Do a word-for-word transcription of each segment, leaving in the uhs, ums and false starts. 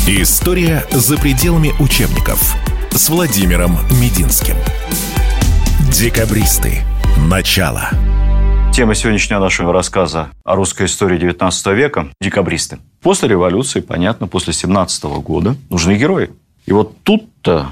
История за пределами учебников с Владимиром Мединским. Декабристы. Начало. Тема сегодняшнего нашего рассказа о русской истории девятнадцатого века – декабристы. После революции, понятно, после семнадцатого года нужны герои. И вот тут-то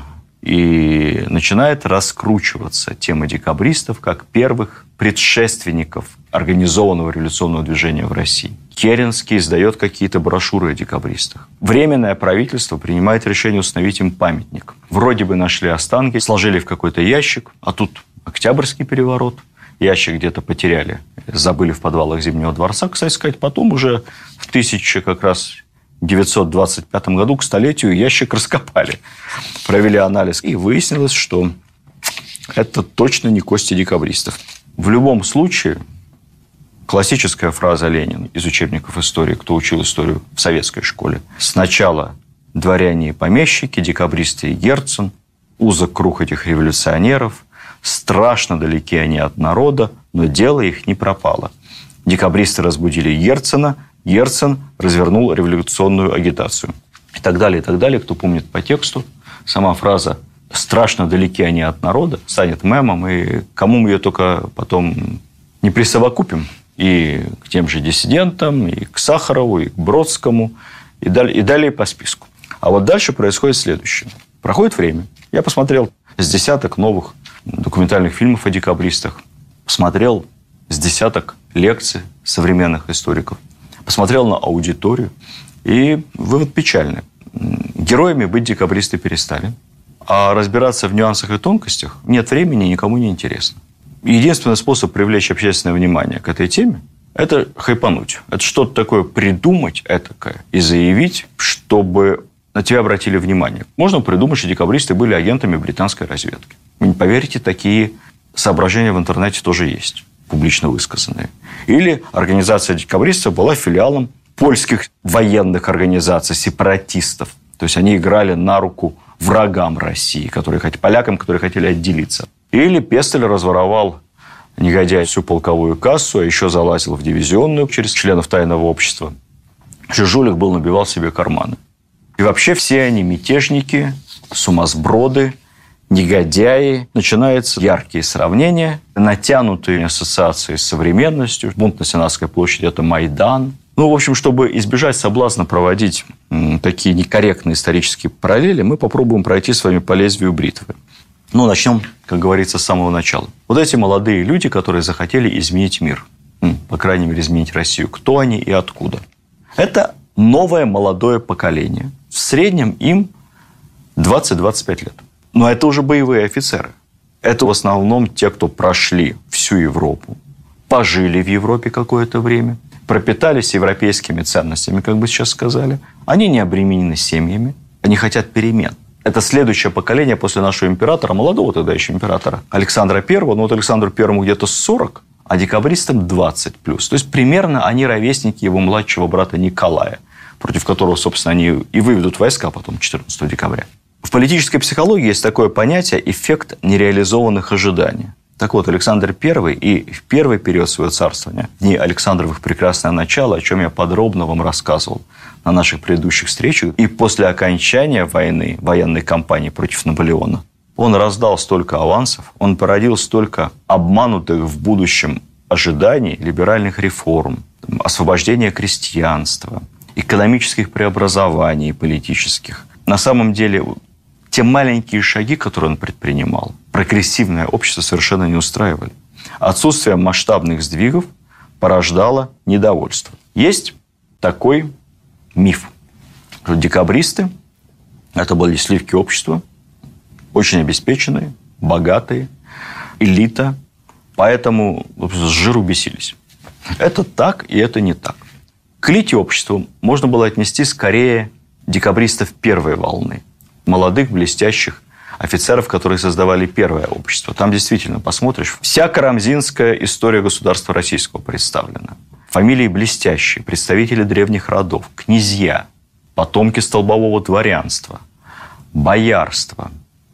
и начинает раскручиваться тема декабристов как первых предшественников организованного революционного движения в России. Керенский издает какие-то брошюры о декабристах. Временное правительство принимает решение установить им памятник. Вроде бы нашли останки, сложили в какой-то ящик, а тут Октябрьский переворот. Ящик где-то потеряли, забыли в подвалах Зимнего дворца. Кстати сказать, потом уже в тысяча как раз девятьсот двадцать пятом году к столетию ящик раскопали. Провели анализ. И выяснилось, что это точно не кости декабристов. В любом случае, классическая фраза Ленина из учебников истории, кто учил историю в советской школе. Сначала дворяне и помещики, декабристы и Герцен, узок круг этих революционеров, страшно далеки они от народа, но дело их не пропало. Декабристы разбудили Герцена, Герцен развернул революционную агитацию. И так далее, и так далее. Кто помнит по тексту, сама фраза «страшно далеки они от народа» станет мемом, и кому мы ее только потом не присовокупим. И к тем же диссидентам, и к Сахарову, и к Бродскому, и далее, и далее по списку. А вот дальше происходит следующее. Проходит время. Я посмотрел с десяток новых документальных фильмов о декабристах. Посмотрел с десяток лекций современных историков. Посмотрел на аудиторию. И вывод печальный. Героями быть декабристы перестали. А разбираться в нюансах и тонкостях нет времени, никому не интересно. Единственный способ привлечь общественное внимание к этой теме – это хайпануть. Это что-то такое придумать этакое и заявить, чтобы на тебя обратили внимание. Можно придумать, что декабристы были агентами британской разведки. Вы не поверите, такие соображения в интернете тоже есть, публично высказанные. Или организация декабристов была филиалом польских военных организаций, сепаратистов. То есть они играли на руку врагам России, которые, полякам, которые хотели отделиться. Или Пестель разворовал, негодяй, всю полковую кассу, а еще залазил в дивизионную через членов тайного общества. Жужулик был, набивал себе карманы. И вообще все они мятежники, сумасброды, негодяи. Начинаются яркие сравнения, натянутые ассоциации с современностью. Бунт на Сенатской площади – это Майдан. Ну, в общем, чтобы избежать соблазна проводить такие некорректные исторические параллели, мы попробуем пройти с вами по лезвию бритвы. Ну, начнем, как говорится, с самого начала. Вот эти молодые люди, которые захотели изменить мир, по крайней мере, изменить Россию, кто они и откуда? Это новое молодое поколение. В среднем им двадцать-двадцать пять лет. Но это уже боевые офицеры. Это в основном те, кто прошли всю Европу, пожили в Европе какое-то время, пропитались европейскими ценностями, как бы сейчас сказали. Они не обременены семьями, они хотят перемен. Это следующее поколение после нашего императора, молодого тогда еще императора, Александра Первого. Ну, вот Александру Первому где-то сорок, а декабристам двадцать плюс. То есть, примерно они ровесники его младшего брата Николая, против которого, собственно, они и выведут войска потом четырнадцатого декабря. В политической психологии есть такое понятие «эффект нереализованных ожиданий». Так вот, Александр Первый и в первый период своего царствования, дни Александровых прекрасное начало, о чем я подробно вам рассказывал на наших предыдущих встречах, и после окончания войны, военной кампании против Наполеона, он раздал столько авансов, он породил столько обманутых в будущем ожиданий либеральных реформ, освобождения крестьянства, экономических преобразований политических. На самом деле, те маленькие шаги, которые он предпринимал, прогрессивное общество совершенно не устраивали. Отсутствие масштабных сдвигов порождало недовольство. Есть такой миф, что декабристы – это были сливки общества, очень обеспеченные, богатые, элита, поэтому с жиру бесились. Это так, и это не так. К элите общества можно было отнести скорее декабристов первой волны, молодых, блестящих офицеров, которые создавали первое общество. Там действительно, посмотришь, вся карамзинская история государства российского представлена. Фамилии блестящие, представители древних родов, князья, потомки столбового дворянства, боярства.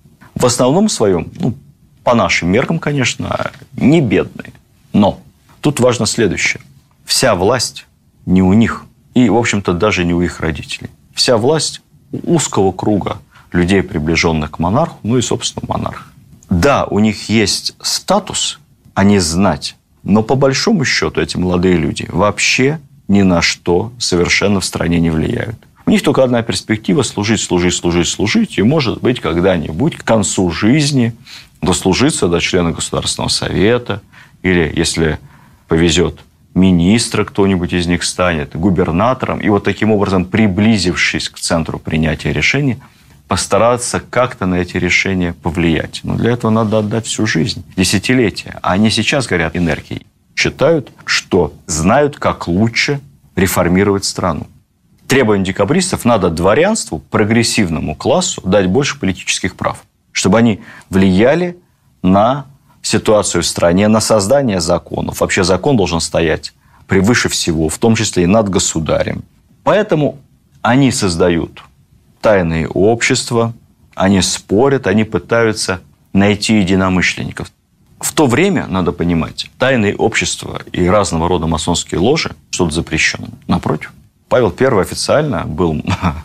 В основном своем, ну, по нашим меркам, конечно, не бедные. Но тут важно следующее. Вся власть не у них. И, в общем-то, даже не у их родителей. Вся власть узкого круга людей, приближенных к монарху, ну и, собственно, монарха. Да, у них есть статус, они знать, но по большому счету эти молодые люди вообще ни на что совершенно в стране не влияют. У них только одна перспектива – служить, служить, служить, служить, и, может быть, когда-нибудь к концу жизни дослужиться до члена Государственного совета, или, если повезет, министра кто-нибудь из них станет, губернатором, и вот таким образом, приблизившись к центру принятия решений, постараться как-то на эти решения повлиять. Но для этого надо отдать всю жизнь, десятилетия. А они сейчас горят энергией. Считают, что знают, как лучше реформировать страну. Требованиям декабристов надо дворянству, прогрессивному классу дать больше политических прав, чтобы они влияли на ситуацию в стране, на создание законов. Вообще закон должен стоять превыше всего, в том числе и над государем. Поэтому они создают тайные общества, они спорят, они пытаются найти единомышленников. В то время, надо понимать, тайные общества и разного рода масонские ложи что-то запрещено. Напротив, Павел Первый официально был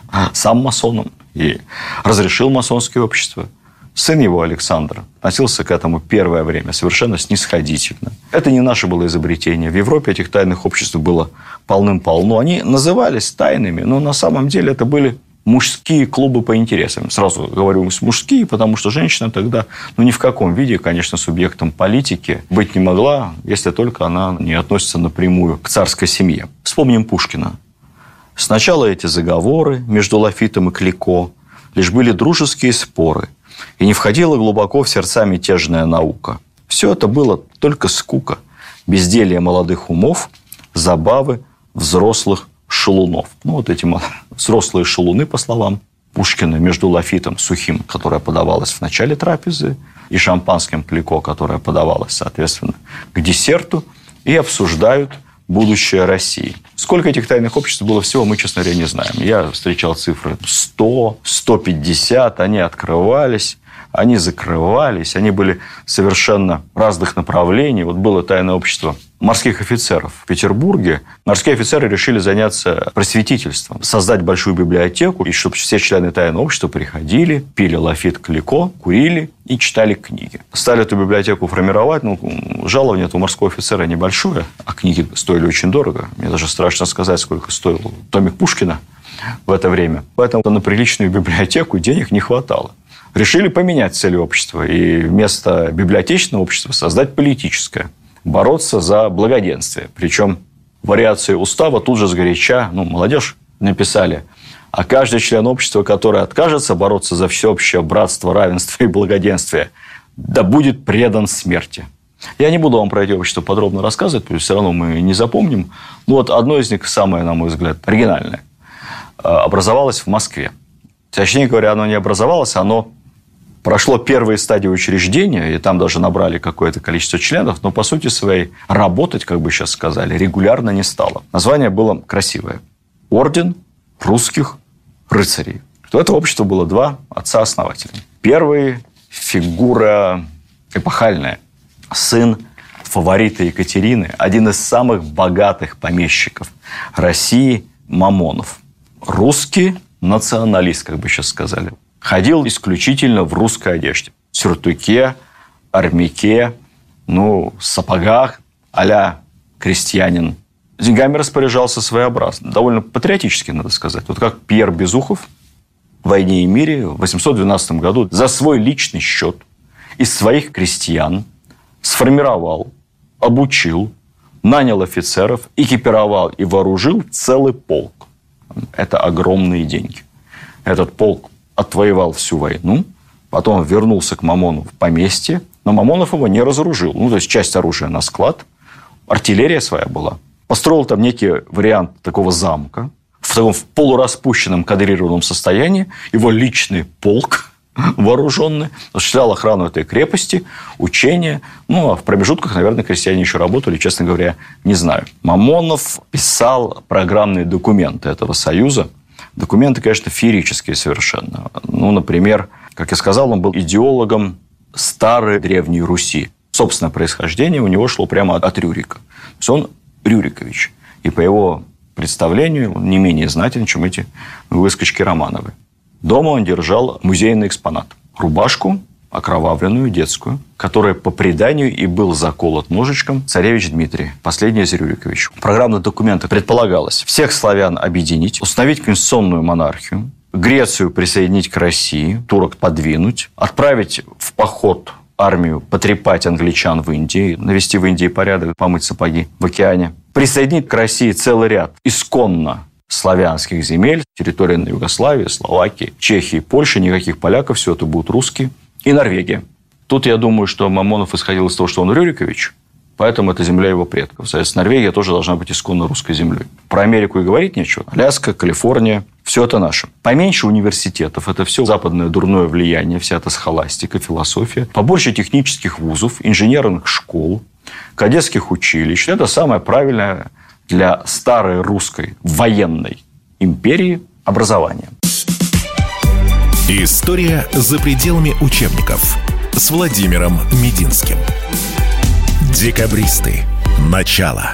сам масоном и разрешил масонские общества. Сын его, Александр, относился к этому первое время совершенно снисходительно. Это не наше было изобретение. В Европе этих тайных обществ было полным-полно. Они назывались тайными, но на самом деле это были мужские клубы по интересам. Сразу говорю мужские, потому что женщина тогда, ну, ни в каком виде, конечно, субъектом политики быть не могла, если только она не относится напрямую к царской семье. Вспомним Пушкина. Сначала эти заговоры между Лафитом и Клико лишь были дружеские споры, и не входила глубоко в сердца мятежная наука. Все это было только скука, безделье молодых умов, забавы взрослых шалунов. Ну, вот эти взрослые шалуны, по словам Пушкина, между Лафитом сухим, которое подавалось в начале трапезы, и шампанским Клико, которое подавалось, соответственно, к десерту, и обсуждают будущее России. Сколько этих тайных обществ было всего, мы, честно говоря, не знаем. Я встречал цифры сто, сто пятьдесят, они открывались, они закрывались, они были совершенно разных направлений. Вот было тайное общество морских офицеров в Петербурге. Морские офицеры решили заняться просветительством, создать большую библиотеку, и чтобы все члены тайного общества приходили, пили Лафит, Клико, курили и читали книги. Стали эту библиотеку формировать. Ну, жалование этого морского офицера небольшое, а книги стоили очень дорого. Мне даже страшно сказать, сколько стоил томик Пушкина в это время. Поэтому на приличную библиотеку денег не хватало. Решили поменять цель общества и вместо библиотечного общества создать политическое. Бороться за благоденствие. Причем вариации устава тут же сгоряча, ну, молодежь написали, а каждый член общества, который откажется бороться за всеобщее братство, равенство и благоденствие, да будет предан смерти. Я не буду вам про эти общества подробно рассказывать, потому что все равно мы не запомним. Но вот одно из них, самое, на мой взгляд, оригинальное, образовалось в Москве. Точнее говоря, оно не образовалось, оно прошло первые стадии учреждения, и там даже набрали какое-то количество членов, но, по сути своей, работать, как бы сейчас сказали, регулярно не стало. Название было красивое. Орден русских рыцарей. У этого общества было два отца-основателя. Первый – фигура эпохальная. Сын фаворита Екатерины, один из самых богатых помещиков России – Мамонов. Русский националист, как бы сейчас сказали. Ходил исключительно в русской одежде. В сюртуке, армяке, ну, сапогах, а-ля крестьянин. Деньгами распоряжался своеобразно. Довольно патриотически, надо сказать. Вот как Пьер Безухов в «Войне и мире» в восемьсот двенадцатом году за свой личный счет из своих крестьян сформировал, обучил, нанял офицеров, экипировал и вооружил целый полк. Это огромные деньги. Этот полк отвоевал всю войну, потом вернулся к Мамону в поместье, но Мамонов его не разоружил. Ну, то есть, часть оружия на склад, артиллерия своя была. Построил там некий вариант такого замка, в таком в полураспущенном кадрированном состоянии, его личный полк вооруженный, осуществлял охрану этой крепости, учения. Ну, а в промежутках, наверное, крестьяне еще работали, честно говоря, не знаю. Мамонов писал программные документы этого союза. Документы, конечно, феерические совершенно. Ну, например, как я сказал, он был идеологом старой Древней Руси. Собственное происхождение у него шло прямо от Рюрика. То есть, он Рюрикович. И по его представлению он не менее знатен, чем эти выскочки Романовы. Дома он держал музейный экспонат. Рубашку окровавленную, детскую, которая по преданию и был заколот ножичком царевич Дмитрий, последний из Рюриковича. В программных документах предполагалось всех славян объединить, установить конституционную монархию, Грецию присоединить к России, турок подвинуть, отправить в поход армию, потрепать англичан в Индии, навести в Индии порядок, помыть сапоги в океане, присоединить к России целый ряд исконно славянских земель, территории на Югославии, Словакии, Чехии, Польши, никаких поляков, все это будут русские. И Норвегия. Тут я думаю, что Мамонов исходил из того, что он Рюрикович, поэтому это земля его предков. Соответственно, Норвегия тоже должна быть исконно русской землей. Про Америку и говорить нечего. Аляска, Калифорния – все это наше. Поменьше университетов – это все западное дурное влияние, вся эта схоластика, философия. Побольше технических вузов, инженерных школ, кадетских училищ. Это самое правильное для старой русской военной империи образование. История за пределами учебников с Владимиром Мединским. Декабристы. Начало.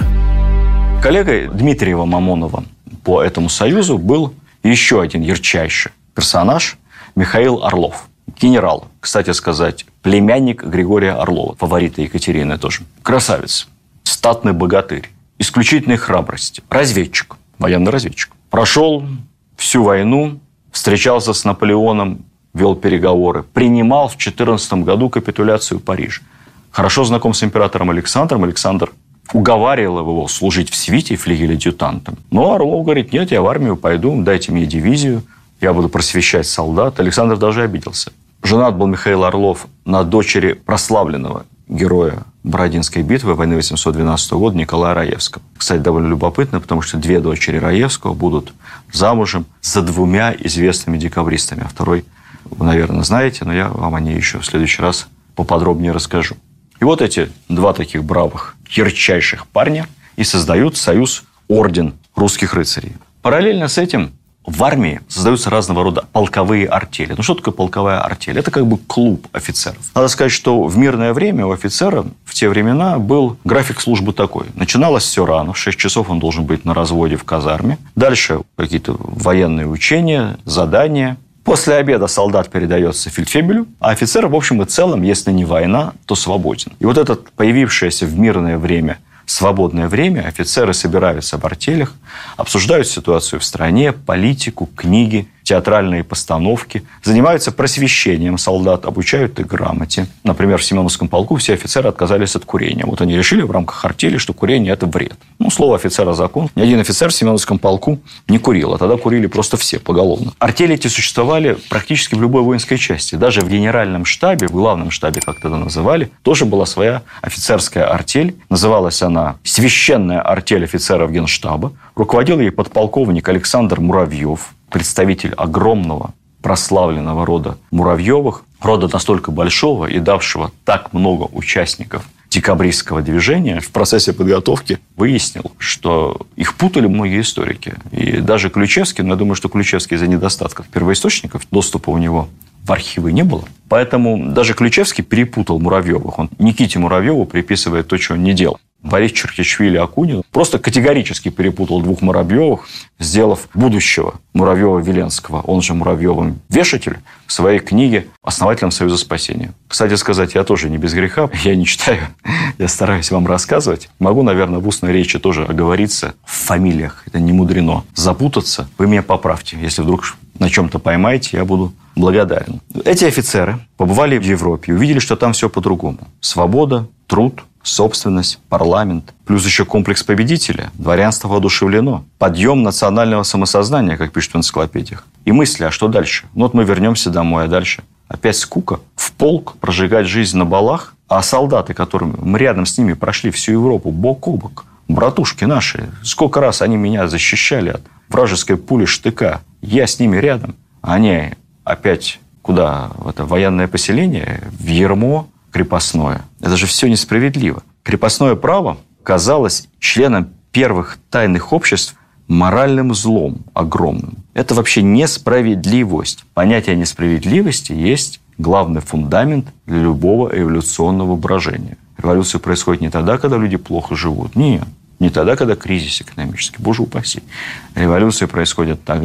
Коллегой Дмитриева Мамонова по этому союзу был еще один ярчайший персонаж Михаил Орлов. Генерал, кстати сказать, племянник Григория Орлова, фаворита Екатерины тоже. Красавец, статный богатырь, исключительной храбрости, разведчик, военный разведчик. Прошел всю войну, встречался с Наполеоном, вел переговоры, принимал в четырнадцатом году капитуляцию Парижа. Хорошо знаком с императором Александром. Александр уговаривал его служить в свите флигель-адъютантом. Но Орлов говорит: нет, я в армию пойду, дайте мне дивизию, я буду просвещать солдат. Александр даже обиделся. Женат был Михаил Орлов на дочери прославленного героя Бородинской битвы войны восемьсот двенадцатого года Николая Раевского. Кстати, довольно любопытно, потому что две дочери Раевского будут замужем за двумя известными декабристами. А второй вы, наверное, знаете, но я вам о ней еще в следующий раз поподробнее расскажу. И вот эти два таких бравых, ярчайших парня и создают союз орден русских рыцарей. Параллельно с этим в армии создаются разного рода полковые артели. Ну, что такое полковая артель? Это как бы клуб офицеров. Надо сказать, что в мирное время у офицера в те времена был график службы такой. Начиналось все рано. В шесть часов он должен быть на разводе в казарме. Дальше какие-то военные учения, задания. После обеда солдат передается фельдфебелю, а офицер, в общем и целом, если не война, то свободен. И вот это появившееся в мирное время свободное время офицеры собираются в артелях, обсуждают ситуацию в стране, политику, книги, театральные постановки, занимаются просвещением солдат, обучают их грамоте. Например, в Семеновском полку все офицеры отказались от курения. Вот они решили в рамках артели, что курение – это вред. Ну, слово офицера – закон. Ни один офицер в Семеновском полку не курил, а тогда курили просто все поголовно. Артели эти существовали практически в любой воинской части. Даже в генеральном штабе, в главном штабе, как тогда называли, тоже была своя офицерская артель. Называлась она «Священная артель офицеров Генштаба». Руководил ей подполковник Александр Муравьев, представитель огромного прославленного рода Муравьевых, рода настолько большого и давшего так много участников декабристского движения. В процессе подготовки выяснил, что их путали многие историки. И даже Ключевский, но я думаю, что Ключевский из-за недостатков первоисточников, доступа у него в архивы не было. Поэтому даже Ключевский перепутал Муравьевых. Он Никите Муравьеву приписывает то, чего он не делал. Борис Черкишвили Акунин просто категорически перепутал двух Муравьевых, сделав будущего Муравьева-Веленского, он же Муравьевым вешатель, в своей книге «Основателем Союза спасения». Кстати сказать, я тоже не без греха, я не читаю, я стараюсь вам рассказывать. Могу, наверное, в устной речи тоже оговориться в фамилиях, это не мудрено. Запутаться, вы меня поправьте, если вдруг на чем-то поймаете, я буду благодарен. Эти офицеры побывали в Европе и увидели, что там все по-другому. Свобода, труд, собственность, парламент, плюс еще комплекс победителя, дворянство воодушевлено, подъем национального самосознания, как пишут в энциклопедиях. И мысли, а что дальше? Ну вот мы вернемся домой, а дальше? Опять скука. В полк прожигать жизнь на балах, а солдаты, которые мы рядом с ними прошли всю Европу, бок о бок, братушки наши, сколько раз они меня защищали от вражеской пули штыка, я с ними рядом, а они опять куда? В это военное поселение, в ярмо крепостное. Это же все несправедливо. Крепостное право казалось членам первых тайных обществ моральным злом огромным. Это вообще несправедливость. Понятие несправедливости есть главный фундамент для любого эволюционного брожения. Революция происходит не тогда, когда люди плохо живут. Нет. Не тогда, когда кризис экономический. Боже упаси. Революция происходит тогда,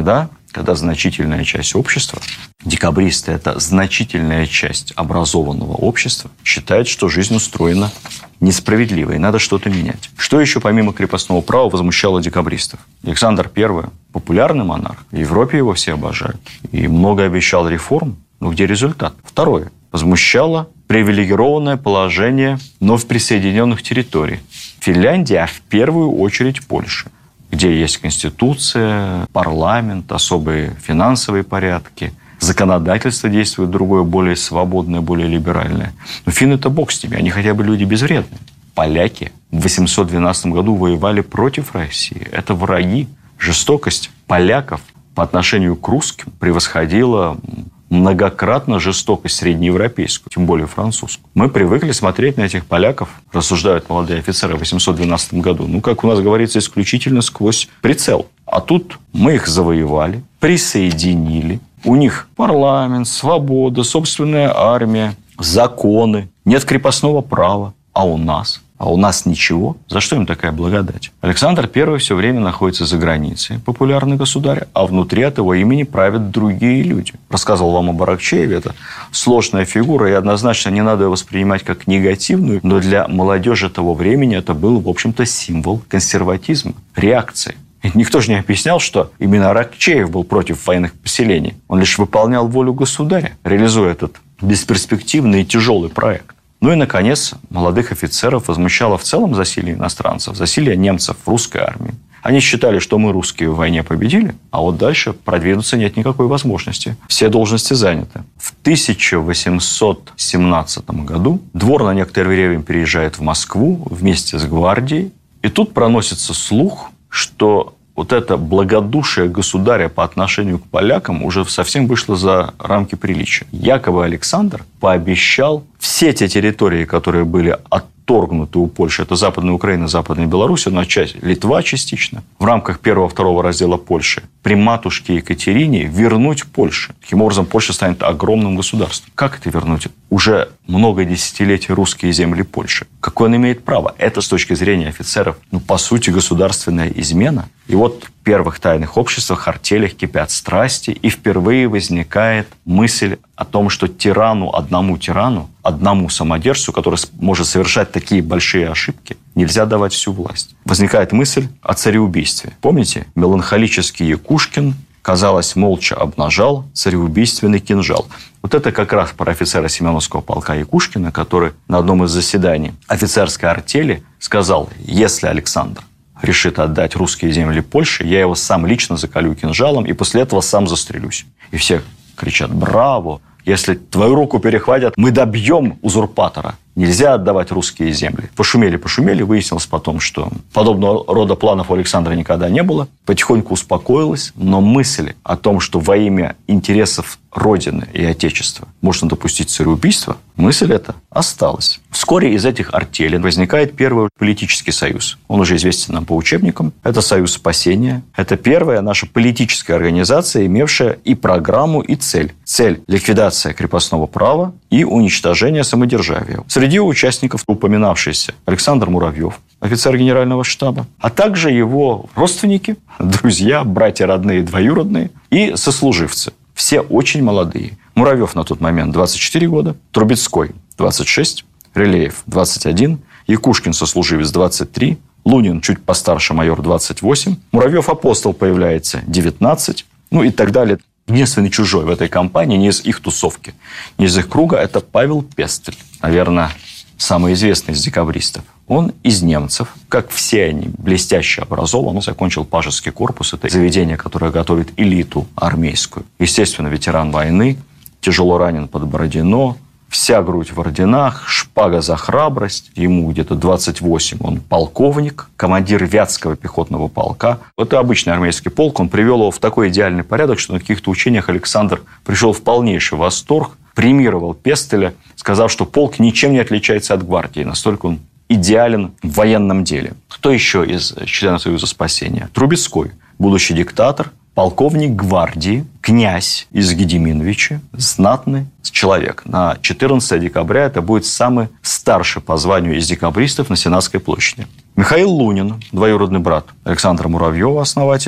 когда значительная часть общества, декабристы – это значительная часть образованного общества, считает, что жизнь устроена несправедливо, и надо что-то менять. Что еще помимо крепостного права возмущало декабристов? Александр Первый – популярный монарх. В Европе его все обожают. И много обещал реформ. Но где результат? Второе. Возмущало привилегированное положение вновь присоединенных территорий. Финляндия, а в первую очередь Польша, где есть конституция, парламент, особые финансовые порядки, законодательство действует другое, более свободное, более либеральное. Но финны-то бог с ними, они хотя бы люди безвредные. Поляки в восемьсот двенадцатом году воевали против России. Это враги. Жестокость поляков по отношению к русским превосходила многократно жестокость среднеевропейскую, тем более французскую. Мы привыкли смотреть на этих поляков, рассуждают молодые офицеры в восемьсот двенадцатом году, ну, как у нас говорится, исключительно сквозь прицел. А тут мы их завоевали, присоединили. У них парламент, свобода, собственная армия, законы, нет крепостного права. А у нас? А у нас ничего? За что им такая благодать? Александр Первый все время находится за границей, популярный государь, а внутри от его имени правят другие люди. Рассказывал вам об Аракчееве. Это сложная фигура, и однозначно не надо ее воспринимать как негативную, но для молодежи того времени это был, в общем-то, символ консерватизма, реакции. Никто же не объяснял, что именно Аракчеев был против военных поселений. Он лишь выполнял волю государя, реализуя этот бесперспективный и тяжелый проект. Ну и, наконец, молодых офицеров возмущало в целом засилие иностранцев, засилие немцев в русской армии. Они считали, что мы, русские, в войне победили, а вот дальше продвинуться нет никакой возможности. Все должности заняты. В тысяча восемьсот семнадцатом году двор на некоторое время переезжает в Москву вместе с гвардией. И тут проносится слух, что вот это благодушие государя по отношению к полякам уже совсем вышло за рамки приличия. Якобы Александр пообещал все те территории, которые были отторгнуты у Польши, это Западная Украина, Западная Беларусь, одна часть, Литва частично, в рамках первого-второго раздела Польши, при матушке Екатерине вернуть Польше. Таким образом, Польша станет огромным государством. Как это вернуть? Уже много десятилетий русские земли Польши. Какое он имеет право? Это с точки зрения офицеров, ну, по сути, государственная измена. И вот в первых тайных обществах, артелях кипят страсти, и впервые возникает мысль о том, что тирану, одному тирану, одному самодержцу, который может совершать такие большие ошибки, нельзя давать всю власть. Возникает мысль о цареубийстве. Помните? Меланхолический Якушкин, казалось, молча обнажал цареубийственный кинжал. Вот это как раз про офицера Семеновского полка Якушкина, который на одном из заседаний офицерской артели сказал: если Александр решит отдать русские земли Польше, я его сам лично заколю кинжалом и после этого сам застрелюсь. И все кричат: браво! Если твою руку перехватят, мы добьем узурпатора. Нельзя отдавать русские земли. Пошумели, пошумели. Выяснилось потом, что подобного рода планов у Александра никогда не было. Потихоньку успокоилась. Но мысль о том, что во имя интересов Родины и Отечества можно допустить цареубийство, мысль эта осталась. Вскоре из этих артелей возникает первый политический союз. Он уже известен нам по учебникам. Это Союз спасения. Это первая наша политическая организация, имевшая и программу, и цель. Цель – ликвидация крепостного права и уничтожение самодержавия. Среди участников упоминавшийся Александр Муравьев, офицер генерального штаба, а также его родственники, друзья, братья родные, двоюродные и сослуживцы. Все очень молодые. Муравьев на тот момент двадцать четыре года, Трубецкой двадцать шесть, Рылеев двадцать один, Якушкин сослуживец двадцать три, Лунин чуть постарше майор двадцать восемь, Муравьев апостол появляется девятнадцать, ну и так далее. Единственный чужой в этой компании, не из их тусовки, не из их круга, это Павел Пестель. Наверное, самый известный из декабристов. Он из немцев. Как все они, блестяще образован. Он закончил Пажеский корпус. Это заведение, которое готовит элиту армейскую. Естественно, ветеран войны, тяжело ранен под Бородино. Вся грудь в орденах, шпага за храбрость. Ему где-то двадцать восемь. Он полковник, командир Вятского пехотного полка. Это обычный армейский полк. Он привел его в такой идеальный порядок, что на каких-то учениях Александр пришел в полнейший восторг, премировал Пестеля, сказав, что полк ничем не отличается от гвардии. Настолько он идеален в военном деле. Кто еще из членов Союза спасения? Трубецкой, будущий диктатор, полковник гвардии, князь из Гедеминовича, знатный человек. На четырнадцатое декабря это будет самый старший по званию из декабристов на Сенатской площади. Михаил Лунин, двоюродный брат Александра Муравьева, основателя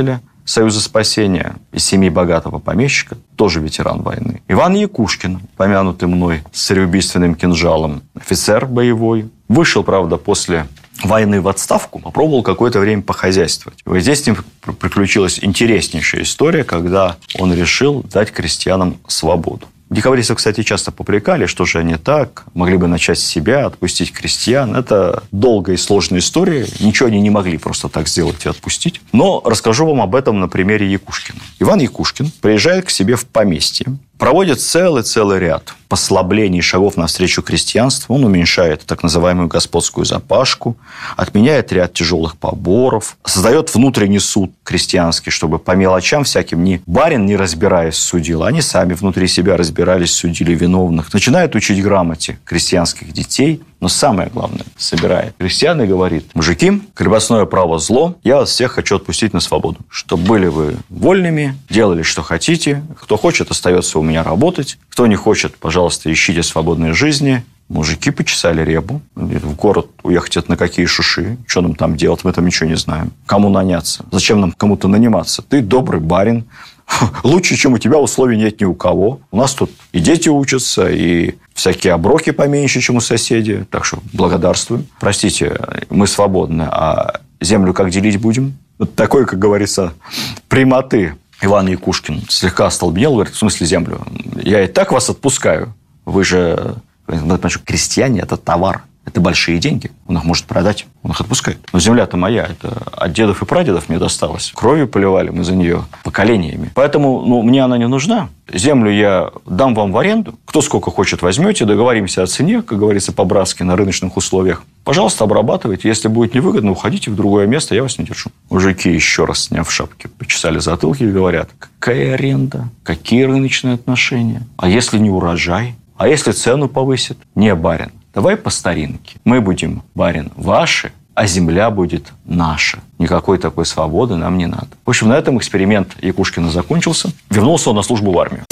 Союза спасения из семьи богатого помещика, тоже ветеран войны. Иван Якушкин, помянутый мной с цареубийственным кинжалом, офицер боевой. Вышел, правда, после войны в отставку, попробовал какое-то время похозяйствовать. И вот здесь с ним приключилась интереснейшая история, когда он решил дать крестьянам свободу. Декабристов, кстати, часто попрекали, что же они так, могли бы начать с себя, отпустить крестьян. Это долгая и сложная история. Ничего они не могли просто так сделать и отпустить. Но расскажу вам об этом на примере Якушкина. Иван Якушкин приезжает к себе в поместье, проводит целый-целый ряд послаблений и шагов навстречу крестьянству. Он уменьшает так называемую господскую запашку, отменяет ряд тяжелых поборов, создает внутренний суд крестьянский, чтобы по мелочам всяким ни барин, не разбираясь, судил, они сами внутри себя разбирались, судили виновных. Начинает учить грамоте крестьянских детей, но самое главное, собирает крестьян и говорит: мужики, крепостное право зло, я вас всех хочу отпустить на свободу, чтобы были вы вольными, делали, что хотите, кто хочет, остается у меня работать, кто не хочет, пожалуйста, ищите свободной жизни. Мужики почесали репу. В город уехать — это на какие шуши? Что нам там делать? Мы там ничего не знаем. Кому наняться? Зачем нам кому-то наниматься? Ты добрый барин. Лучше, чем у тебя, условий нет ни у кого. У нас тут и дети учатся, и всякие оброки поменьше, чем у соседей. Так что благодарствуем. Простите, мы свободны, а землю как делить будем? Вот такой, как говорится, прямоты. Иван Якушкин слегка остолбенел, говорит: в смысле землю? Я и так вас отпускаю. Вы же... Крестьяне – это товар. Это большие деньги. Он их может продать, он их отпускает. Но земля-то моя. Это от дедов и прадедов мне досталось. Кровью поливали мы за нее поколениями. Поэтому ну, мне она не нужна. Землю я дам вам в аренду. Кто сколько хочет, возьмете. Договоримся о цене, как говорится, по-братски, на рыночных условиях. Пожалуйста, обрабатывайте. Если будет невыгодно, уходите в другое место, я вас не держу. Мужики, еще раз сняв шапки, почесали затылки и говорят: какая аренда? Какие рыночные отношения? А если не урожай? А если цену повысит? Не, барин. Давай по старинке. Мы будем, барин, ваши, а земля будет наша. Никакой такой свободы нам не надо. В общем, на этом эксперимент Якушкина закончился. Вернулся он на службу в армию.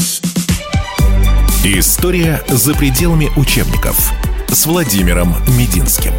История за пределами учебников с Владимиром Мединским.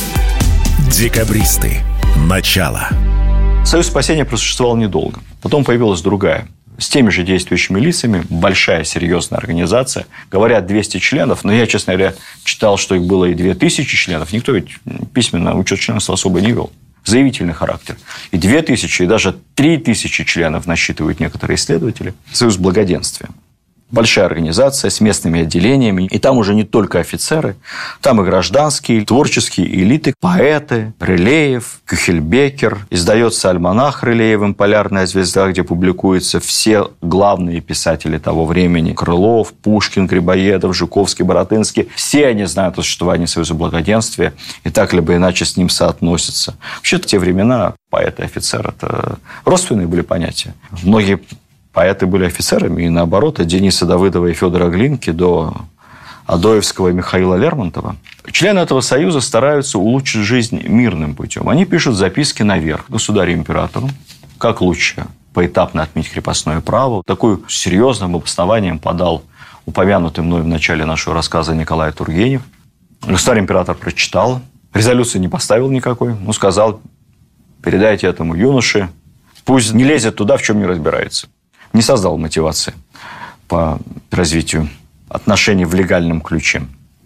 Декабристы. Начало. Союз спасения просуществовал недолго. Потом появилась другая, с теми же действующими лицами, большая серьезная организация. Говорят, двести членов, но я, честно говоря, читал, что их было и две тысячи членов. Никто ведь письменно учет членства особо не вел. Заявительный характер. И две тысячи, и даже три тысячи членов насчитывают некоторые исследователи. Союз благоденствия. Большая организация с местными отделениями. И там уже не только офицеры. Там и гражданские, творческие элиты, поэты, Рылеев, Кюхельбекер. Издается альманах Рылеевым «Полярная звезда», где публикуются все главные писатели того времени. Крылов, Пушкин, Грибоедов, Жуковский, Боротынский. Все они знают о существовании Союза благоденствия и так либо иначе с ним соотносятся. Вообще-то в те времена поэты и офицеры – это родственные были понятия. Многие поэты были офицерами, и наоборот, от Дениса Давыдова и Федора Глинки до Адоевского и Михаила Лермонтова. Члены этого союза стараются улучшить жизнь мирным путем. Они пишут записки наверх государю-императору, как лучше поэтапно отменить крепостное право. Такое серьезным обоснованием подал упомянутый мной в начале нашего рассказа Николай Тургенев. Государь-император прочитал, резолюции не поставил никакой, но сказал: передайте этому юноше, пусть не лезет туда, в чем не разбирается. Не создал мотивации по развитию отношений в легальном ключе.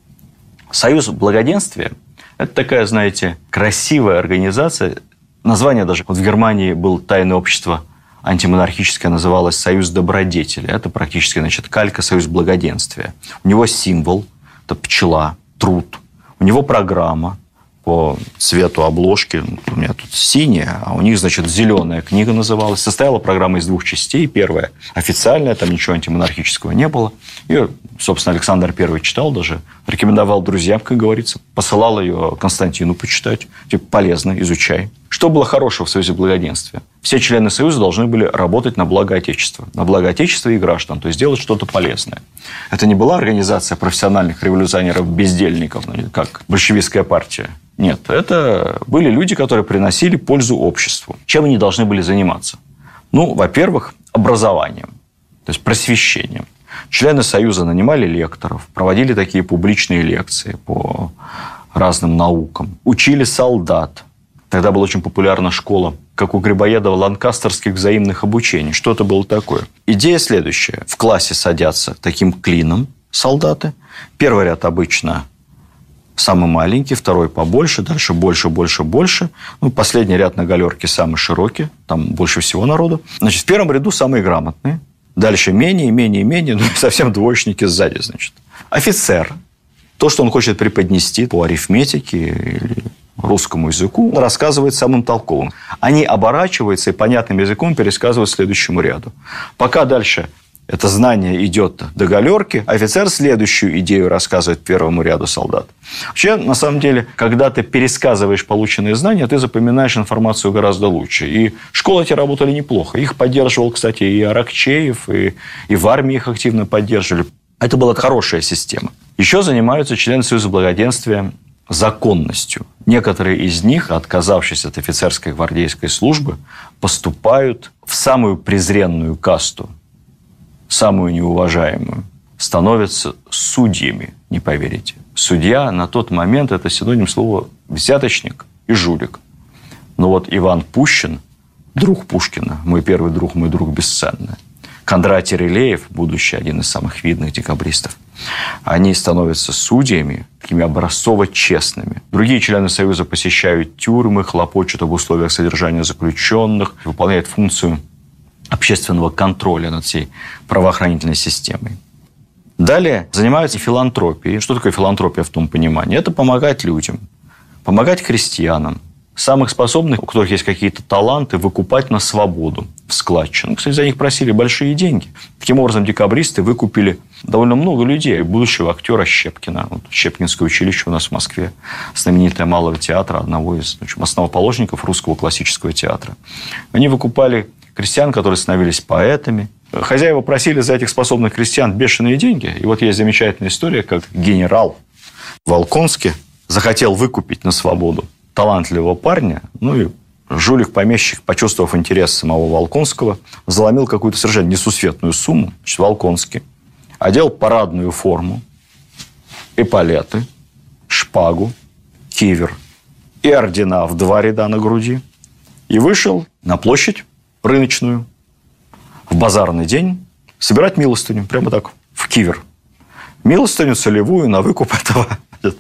Союз благоденствия – это такая, знаете, красивая организация. Название даже. Вот в Германии было тайное общество антимонархическое, называлось «Союз добродетели». Это практически, значит, калька «Союз благоденствия». У него символ – это пчела, труд. У него программа по цвету обложки. У меня тут синяя, а у них, значит, зеленая книга называлась. Состояла программа из двух частей. Первая официальная, там ничего антимонархического не было. Ее, собственно, Александр Первый читал даже. Рекомендовал друзьям, как говорится. Посылал ее Константину почитать. Типа, полезно, изучай. Что было хорошего в Союзе благоденствия? Все члены Союза должны были работать на благо Отечества. На благо Отечества и граждан. То есть, делать что-то полезное. Это не была организация профессиональных революционеров-бездельников, как большевистская партия. Нет, это были люди, которые приносили пользу обществу. Чем они должны были заниматься? Ну, во-первых, образованием, то есть просвещением. Члены Союза нанимали лекторов, проводили такие публичные лекции по разным наукам, учили солдат, Тогда была очень популярна школа, как у Грибоедова, ланкастерских взаимных обучений. Что это было такое? Идея следующая. В классе садятся таким клином солдаты. Первый ряд обычно самый маленький, второй побольше, дальше больше, больше, больше. Ну, последний ряд на галерке самый широкий, там больше всего народу. Значит, в первом ряду самые грамотные. Дальше менее, менее, менее, ну, совсем двоечники сзади, значит. Офицер. То, что он хочет преподнести по арифметике или русскому языку, он рассказывает самым толковым. Они оборачиваются и понятным языком пересказывают следующему ряду. Пока дальше это знание идет до галерки, офицер следующую идею рассказывает первому ряду солдат. Вообще, на самом деле, когда ты пересказываешь полученные знания, ты запоминаешь информацию гораздо лучше. И школы эти работали неплохо. Их поддерживал, кстати, и Аракчеев, и, и в армии их активно поддерживали. Это была хорошая система. Еще занимаются члены Союза Благоденствия законностью. Некоторые из них, отказавшись от офицерской гвардейской службы, поступают в самую презренную касту, самую неуважаемую, становятся судьями, не поверите. Судья на тот момент – это синоним слова «взяточник» и «жулик». Но вот Иван Пущин, друг Пушкина, мой первый друг, мой друг бесценный, Кондратий Рылеев, будущий один из самых видных декабристов, они становятся судьями, такими образцово-честными. Другие члены Союза посещают тюрьмы, хлопочут об условиях содержания заключенных, выполняют функцию общественного контроля над всей правоохранительной системой. Далее занимаются филантропией. Что такое филантропия в том понимании? Это помогать людям, помогать крестьянам, самых способных, у которых есть какие-то таланты, выкупать на свободу в складчину. Кстати, за них просили большие деньги. Таким образом, декабристы выкупили довольно много людей. Будущего актера Щепкина. Вот Щепкинское училище у нас в Москве. Знаменитое Малого театра, одного из в общем, основоположников русского классического театра. Они выкупали крестьян, которые становились поэтами. Хозяева просили за этих способных крестьян бешеные деньги. И вот есть замечательная история, как генерал Волконский захотел выкупить на свободу талантливого парня, ну и жулик-помещик, почувствовав интерес самого Волконского, заломил какую-то совершенно несусветную сумму. Значит, Волконский одел парадную форму, эполеты, шпагу, кивер и ордена в два ряда на груди и вышел на площадь рыночную в базарный день собирать милостыню, прямо так, в кивер. Милостыню целевую на выкуп этого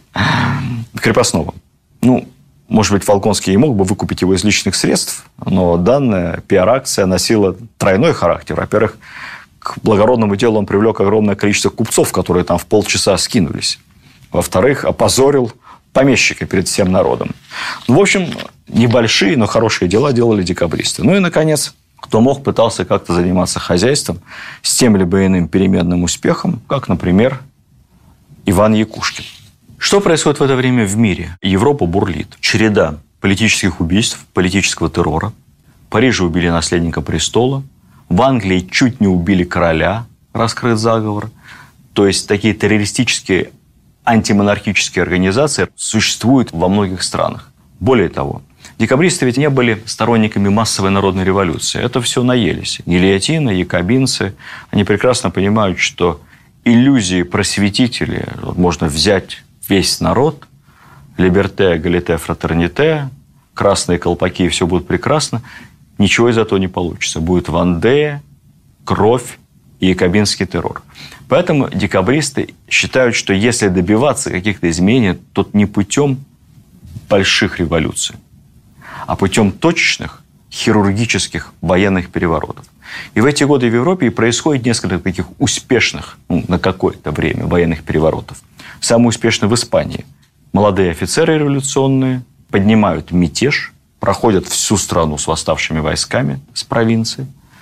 крепостного. Ну, может быть, Волконский и мог бы выкупить его из личных средств, но данная пиар-акция носила тройной характер. Во-первых, к благородному делу он привлек огромное количество купцов, которые там в полчаса скинулись. Во-вторых, опозорил помещика перед всем народом. Ну, в общем, небольшие, но хорошие дела делали декабристы. Ну и, наконец, кто мог, пытался как-то заниматься хозяйством с тем либо иным переменным успехом, как, например, Иван Якушкин. Что происходит в это время в мире? Европа бурлит. Череда политических убийств, политического террора. В Париже убили наследника престола. В Англии чуть не убили короля, раскрыт заговор. То есть, такие террористические антимонархические организации существуют во многих странах. Более того, декабристы ведь не были сторонниками массовой народной революции. Это все наелись. Гильотина, якобинцы. Они прекрасно понимают, что иллюзии просветителей можно взять весь народ, либерте, эгалите, фратерните, красные колпаки, и все будет прекрасно. Ничего из этого не получится. Будет Вандея, кровь и якобинский террор. Поэтому декабристы считают, что если добиваться каких-то изменений, то не путем больших революций, а путем точечных хирургических военных переворотов. И в эти годы в Европе и происходит несколько таких успешных, ну, на какое-то время, военных переворотов. Самый успешный в Испании. Молодые офицеры революционные поднимают мятеж, проходят всю страну с восставшими войсками с провинции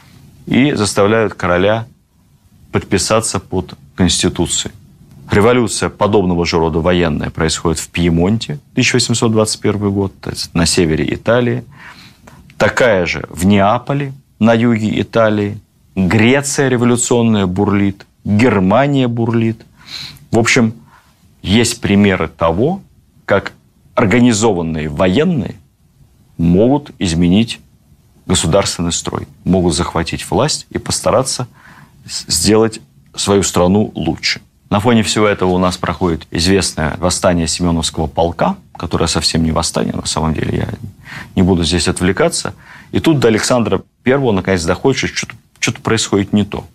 и заставляют короля подписаться под Конституцией. Революция подобного же рода военная происходит в Пьемонте, тысяча восемьсот двадцать первый год, то есть на севере Италии. Такая же в Неаполе, на юге Италии. Греция революционная бурлит, Германия бурлит. В общем, есть примеры того, как организованные военные могут изменить государственный строй, могут захватить власть и постараться сделать свою страну лучше. На фоне всего этого у нас проходит известное восстание Семеновского полка, которое совсем не восстание, на самом деле, я не буду здесь отвлекаться. И тут до Александра Первого наконец доходит, что что-то, что-то происходит не то.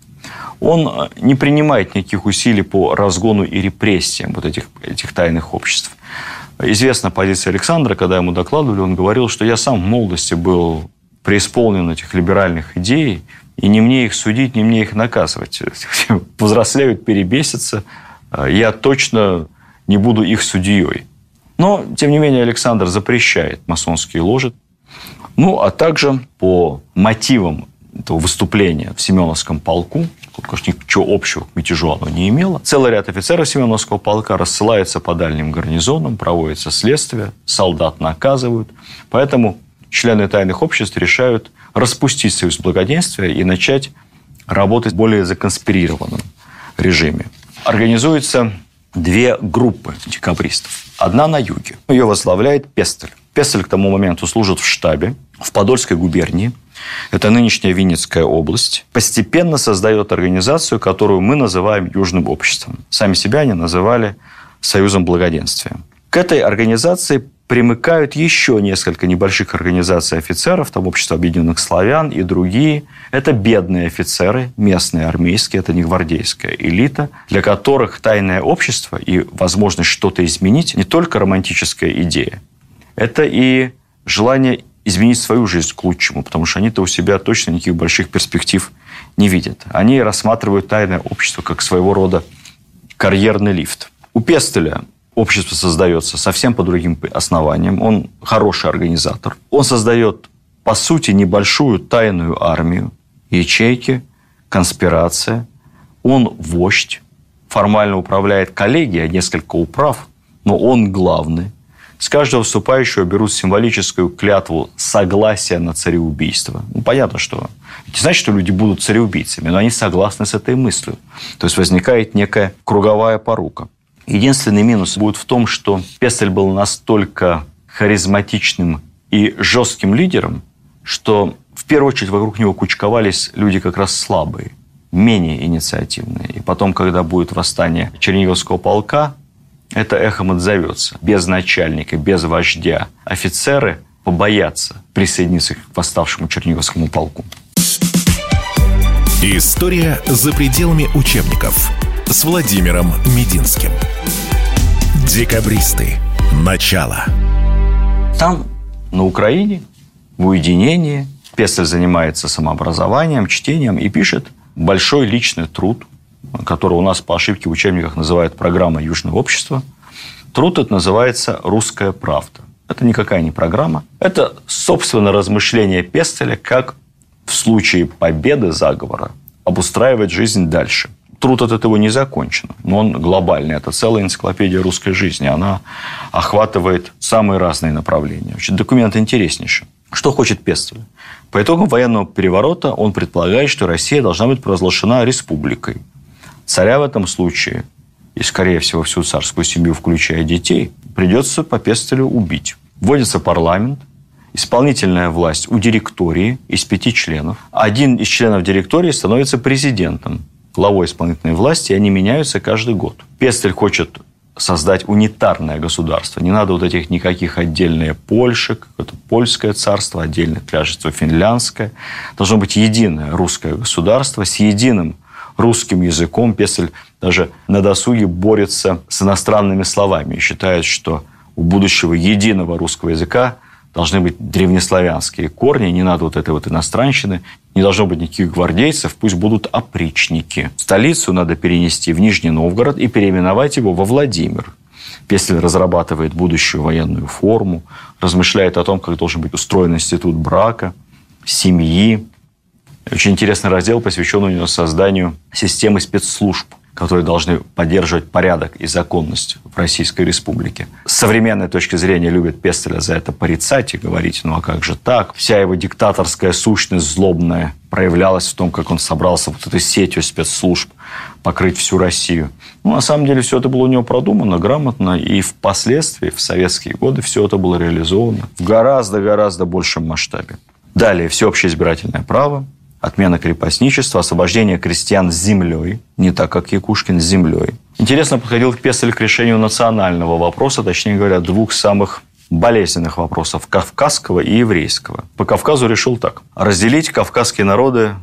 Он не принимает никаких усилий по разгону и репрессиям вот этих, этих тайных обществ. Известна позиция Александра, когда ему докладывали, он говорил, что я сам в молодости был преисполнен этих либеральных идей, и не мне их судить, не мне их наказывать. Повзрослеют, перебесятся, я точно не буду их судьей. Но, тем не менее, Александр запрещает масонские ложи. Ну, а также по мотивам этого выступления в Семеновском полку, конечно, ничего общего к мятежу оно не имело, целый ряд офицеров Семеновского полка рассылается по дальним гарнизонам, проводится следствие, солдат наказывают. Поэтому члены тайных обществ решают распустить союз благоденствия и начать работать в более законспирированном режиме. Организуются две группы декабристов. Одна на юге. Ее возглавляет Пестель. Пестель к тому моменту служит в штабе в Подольской губернии. Это нынешняя Винницкая область. Постепенно создает организацию, которую мы называем Южным обществом. Сами себя они называли Союзом благоденствия. К этой организации примыкают еще несколько небольших организаций офицеров, там Общество объединенных славян и другие. Это бедные офицеры, местные армейские, это не гвардейская элита, для которых тайное общество и возможность что-то изменить не только романтическая идея, это и желание изменить свою жизнь к лучшему, потому что они-то у себя точно никаких больших перспектив не видят. Они рассматривают тайное общество как своего рода карьерный лифт. У Пестеля общество создается совсем по другим основаниям. Он хороший организатор. Он создает, по сути, небольшую тайную армию, ячейки, конспирация. Он вождь, формально управляет коллегией, несколько управ, но он главный. С каждого вступающего берут символическую клятву согласия на цареубийство. Ну, понятно, что это не значит, что люди будут цареубийцами, но они согласны с этой мыслью. То есть возникает некая круговая порука. Единственный минус будет в том, что Пестель был настолько харизматичным и жестким лидером, что в первую очередь вокруг него кучковались люди как раз слабые, менее инициативные. И потом, когда будет восстание Черниговского полка, это эхом отзовется. Без начальника, без вождя офицеры побоятся присоединиться к восставшему Черниговскому полку. История за пределами учебников с Владимиром Мединским. Декабристы. Начало. Там, на Украине, в уединении, Пестель занимается самообразованием, чтением и пишет большой личный труд, который у нас по ошибке в учебниках называют «Программа Южного общества». Труд этот называется «Русская правда». Это никакая не программа. Это, собственно, размышление Пестеля, как в случае победы заговора обустраивать жизнь дальше. Труд от этого не закончен, но он глобальный. Это целая энциклопедия русской жизни. Она охватывает самые разные направления. Документ интереснейший. Что хочет Пестель? По итогам военного переворота он предполагает, что Россия должна быть провозглашена республикой. Царя в этом случае, и, скорее всего, всю царскую семью, включая детей, придется по Пестелю убить. Вводится парламент, исполнительная власть у директории из пяти членов. Один из членов директории становится президентом, главой исполнительной власти, и они меняются каждый год. Пестель хочет создать унитарное государство. Не надо вот этих никаких отдельных Польши, какое-то польское царство, отдельное княжество финляндское. Должно быть единое русское государство с единым русским языком. Пестель даже на досуге борется с иностранными словами и считает, что у будущего единого русского языка должны быть древнеславянские корни, не надо вот этой вот иностранщины, не должно быть никаких гвардейцев, пусть будут опричники. Столицу надо перенести в Нижний Новгород и переименовать его во Владимир. Пестель разрабатывает будущую военную форму, размышляет о том, как должен быть устроен институт брака, семьи. Очень интересный раздел посвящен у него созданию системы спецслужб, которые должны поддерживать порядок и законность в Российской Республике. С современной точки зрения любят Пестеля за это порицать и говорить, ну а как же так? Вся его диктаторская сущность злобная проявлялась в том, как он собрался вот этой сетью спецслужб покрыть всю Россию. Ну, на самом деле, все это было у него продумано, грамотно, и впоследствии, в советские годы, все это было реализовано в гораздо-гораздо большем масштабе. Далее, всеобщее избирательное право, отмена крепостничества, освобождение крестьян с землей, не так, как Якушкин, с землей. интересно подходил Пестель к решению национального вопроса, точнее говоря, двух самых болезненных вопросов – кавказского и еврейского. По Кавказу решил так. Разделить кавказские народы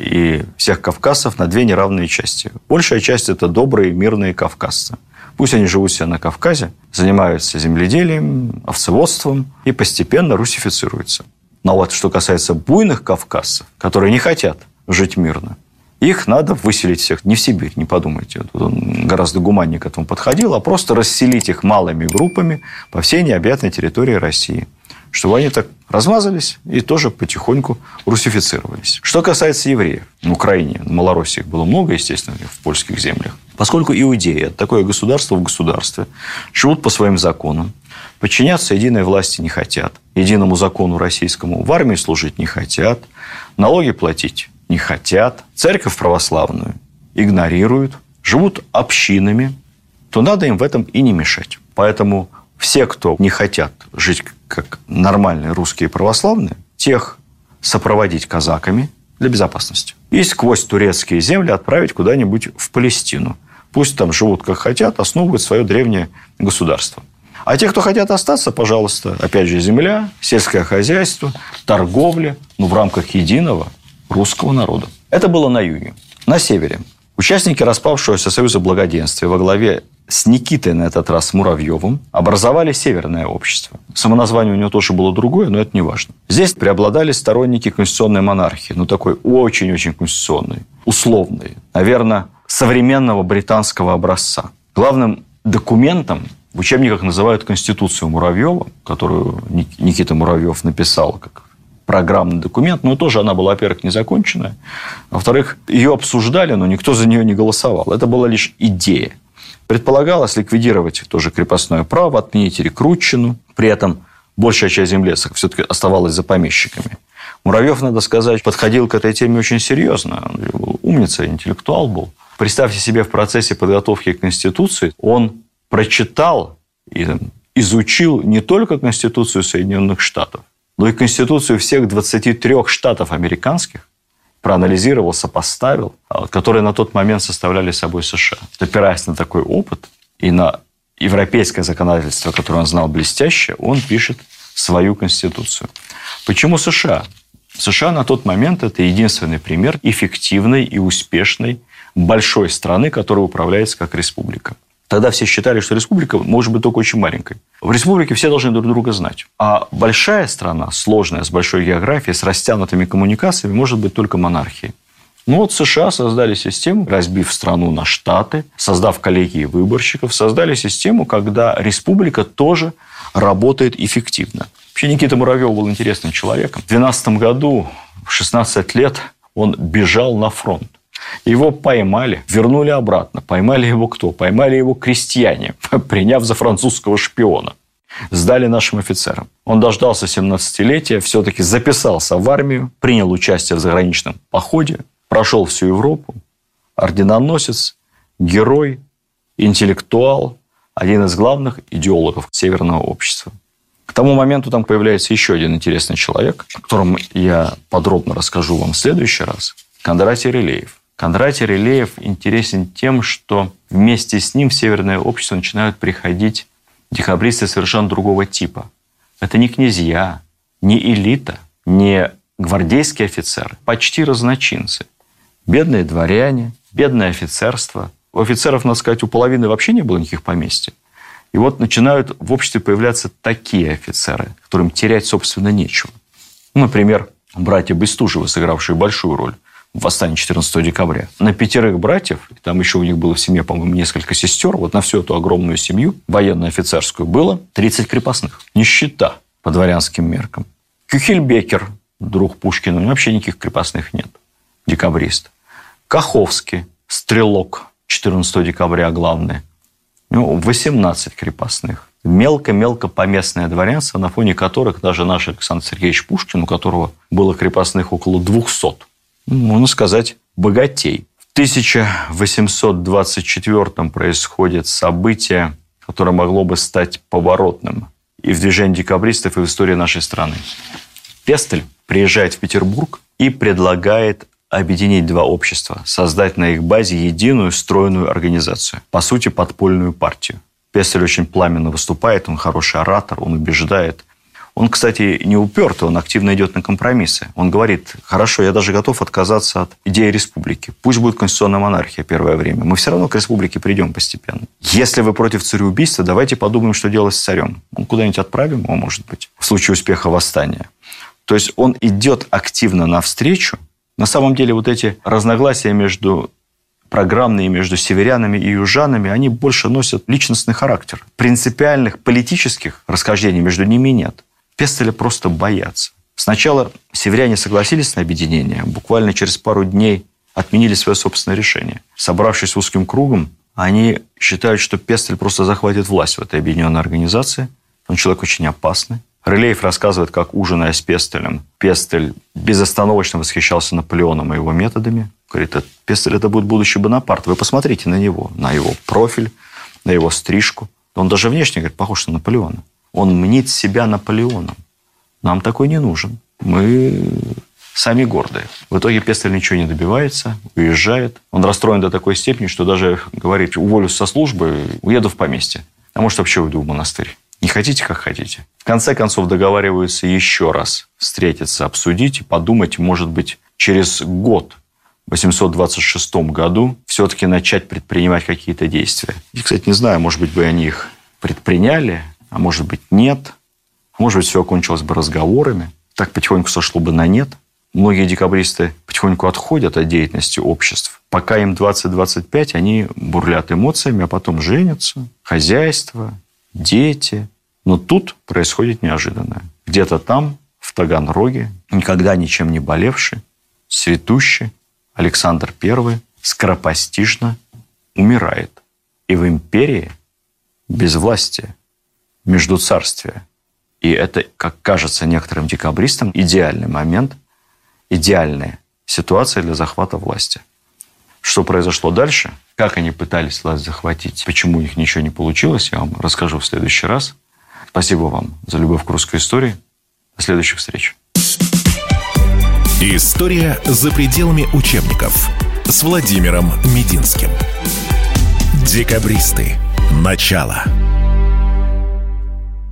и всех кавказцев на две неравные части. Большая часть – это добрые, мирные кавказцы. Пусть они живут себе на Кавказе, занимаются земледелием, овцеводством и постепенно русифицируются. Но вот что касается буйных кавказцев, которые не хотят жить мирно, их надо выселить всех. Не в Сибирь, не подумайте. Он гораздо гуманнее к этому подходил, а просто расселить их малыми группами по всей необъятной территории России, чтобы они так размазались и тоже потихоньку русифицировались. Что касается евреев, в Украине, в Малороссии их было много, естественно, в польских землях. Поскольку иудеи – это такое государство в государстве, живут по своим законам, подчиняться единой власти не хотят, единому закону российскому в армии служить не хотят, налоги платить не хотят, церковь православную игнорируют, живут общинами, то надо им в этом и не мешать. Поэтому все, кто не хотят жить как нормальные русские православные, тех сопроводить казаками для безопасности. И сквозь турецкие земли отправить куда-нибудь в Палестину. Пусть там живут как хотят, основывают свое древнее государство. А те, кто хотят остаться, пожалуйста, опять же, земля, сельское хозяйство, торговля, ну, в рамках единого русского народа. Это было на юге. На севере участники распавшегося Союза Благоденствия во главе с Никитой, на этот раз Муравьевым, образовали Северное общество. Самоназвание у него тоже было другое, но это не важно. Здесь преобладали сторонники конституционной монархии, ну, такой очень-очень конституционной, условной, наверное, современного британского образца. Главным документом в учебниках называют Конституцию Муравьева, которую Никита Муравьев написал как программный документ, но тоже она была, во-первых, незаконченная, а во-вторых, ее обсуждали, но никто за нее не голосовал. Это была лишь идея. Предполагалось ликвидировать тоже крепостное право, отменить рекрутчину. При этом большая часть земли все-таки оставалась за помещиками. Муравьев, надо сказать, подходил к этой теме очень серьезно. Он был умница, интеллектуал был. Представьте себе, в процессе подготовки к Конституции он прочитал и изучил не только Конституцию Соединенных Штатов, но и Конституцию всех двадцати трёх штатов американских, проанализировал, сопоставил, которые на тот момент составляли собой США. Опираясь на такой опыт и на европейское законодательство, которое он знал блестяще, он пишет свою Конституцию. Почему США? США на тот момент – это единственный пример эффективной и успешной большой страны, которая управляется как республика. Тогда все считали, что республика может быть только очень маленькой. В республике все должны друг друга знать. А большая страна, сложная, с большой географией, с растянутыми коммуникациями, может быть только монархией. Ну вот США создали систему, разбив страну на штаты, создав коллегии выборщиков, создали систему, когда республика тоже работает эффективно. Вообще Никита Муравьев был интересным человеком. В две тысячи двенадцатом году, в шестнадцать лет, он бежал на фронт. Его поймали, вернули обратно. Поймали его кто? Поймали его крестьяне, приняв за французского шпиона. Сдали нашим офицерам. Он дождался семнадцатилетия, все-таки записался в армию, принял участие в заграничном походе, прошел всю Европу. Орденоносец, герой, интеллектуал, один из главных идеологов Северного общества. К тому моменту там появляется еще один интересный человек, о котором я подробно расскажу вам в следующий раз. Кондратий Рылеев. Кондратий Рылеев интересен тем, что вместе с ним в Северное общество начинают приходить декабристы совершенно другого типа. Это не князья, не элита, не гвардейские офицеры, почти разночинцы. Бедные дворяне, бедное офицерство. У офицеров, надо сказать, у половины вообще не было никаких поместьй. И вот начинают в обществе появляться такие офицеры, которым терять, собственно, нечего. Ну, например, братья Бестужевы, сыгравшие большую роль в восстании четырнадцатого декабря. На пятерых братьев, там еще у них было в семье, по-моему, несколько сестер, вот на всю эту огромную семью, военно-офицерскую, было тридцать крепостных. Нищета по дворянским меркам. Кюхельбекер, друг Пушкина, у него вообще никаких крепостных нет. Декабрист. Каховский, стрелок четырнадцатого декабря, главный. У него восемнадцать крепостных. Мелко-мелко поместное дворянство, на фоне которых даже наш Александр Сергеевич Пушкин, у которого было крепостных около двухсот, можно сказать, богатей. В тысяча восемьсот двадцать четвёртом происходит событие, которое могло бы стать поворотным и в движении декабристов, и в истории нашей страны. Пестель приезжает в Петербург и предлагает объединить два общества, создать на их базе единую стройную организацию, по сути, подпольную партию. Пестель очень пламенно выступает, он хороший оратор, он убеждает. Он, кстати, не упертый, он активно идет на компромиссы. Он говорит: хорошо, я даже готов отказаться от идеи республики. Пусть будет конституционная монархия первое время. Мы все равно к республике придем постепенно. Если вы против цареубийства, давайте подумаем, что делать с царем. Ну, куда-нибудь отправим его, может быть, в случае успеха восстания. То есть он идет активно навстречу. На самом деле вот эти разногласия между программные между северянами и южанами, они больше носят личностный характер. Принципиальных политических расхождений между ними нет. Пестеля просто боятся. Сначала северяне согласились на объединение, буквально через пару дней отменили свое собственное решение. Собравшись узким кругом, они считают, что Пестель просто захватит власть в этой объединенной организации. Он человек очень опасный. Рылеев рассказывает, как, ужиная с Пестелем, Пестель безостановочно восхищался Наполеоном и его методами. Говорит: Пестель – это будет будущий Бонапарт. Вы посмотрите на него, на его профиль, на его стрижку. Он даже внешне, говорит, похож на Наполеона. Он мнит себя Наполеоном. Нам такой не нужен. Мы сами гордые. В итоге Пестель ничего не добивается, уезжает. Он расстроен до такой степени, что даже говорит: уволюсь со службы, уеду в поместье. А может, вообще уйду в монастырь. Не хотите, как хотите. В конце концов договариваются еще раз встретиться, обсудить и подумать, может быть, через год, в восемьсот двадцать шестом году, все-таки начать предпринимать какие-то действия. И, кстати, не знаю, может быть, бы они их предприняли, а может быть, нет. Может быть, все окончилось бы разговорами. Так потихоньку сошло бы на нет. Многие декабристы потихоньку отходят от деятельности обществ. Пока им двадцать-двадцать пять, они бурлят эмоциями, а потом женятся. Хозяйство, дети. Но тут происходит неожиданное. Где-то там, в Таганроге, никогда ничем не болевший, цветущий Александр Первый скоропостижно умирает. И в империи безвластие, междуцарствие. И это, как кажется некоторым декабристам, идеальный момент, идеальная ситуация для захвата власти. Что произошло дальше, как они пытались власть захватить, почему у них ничего не получилось, я вам расскажу в следующий раз. Спасибо вам за любовь к русской истории. До следующих встреч. История за пределами учебников с Владимиром Мединским. Декабристы. Начало.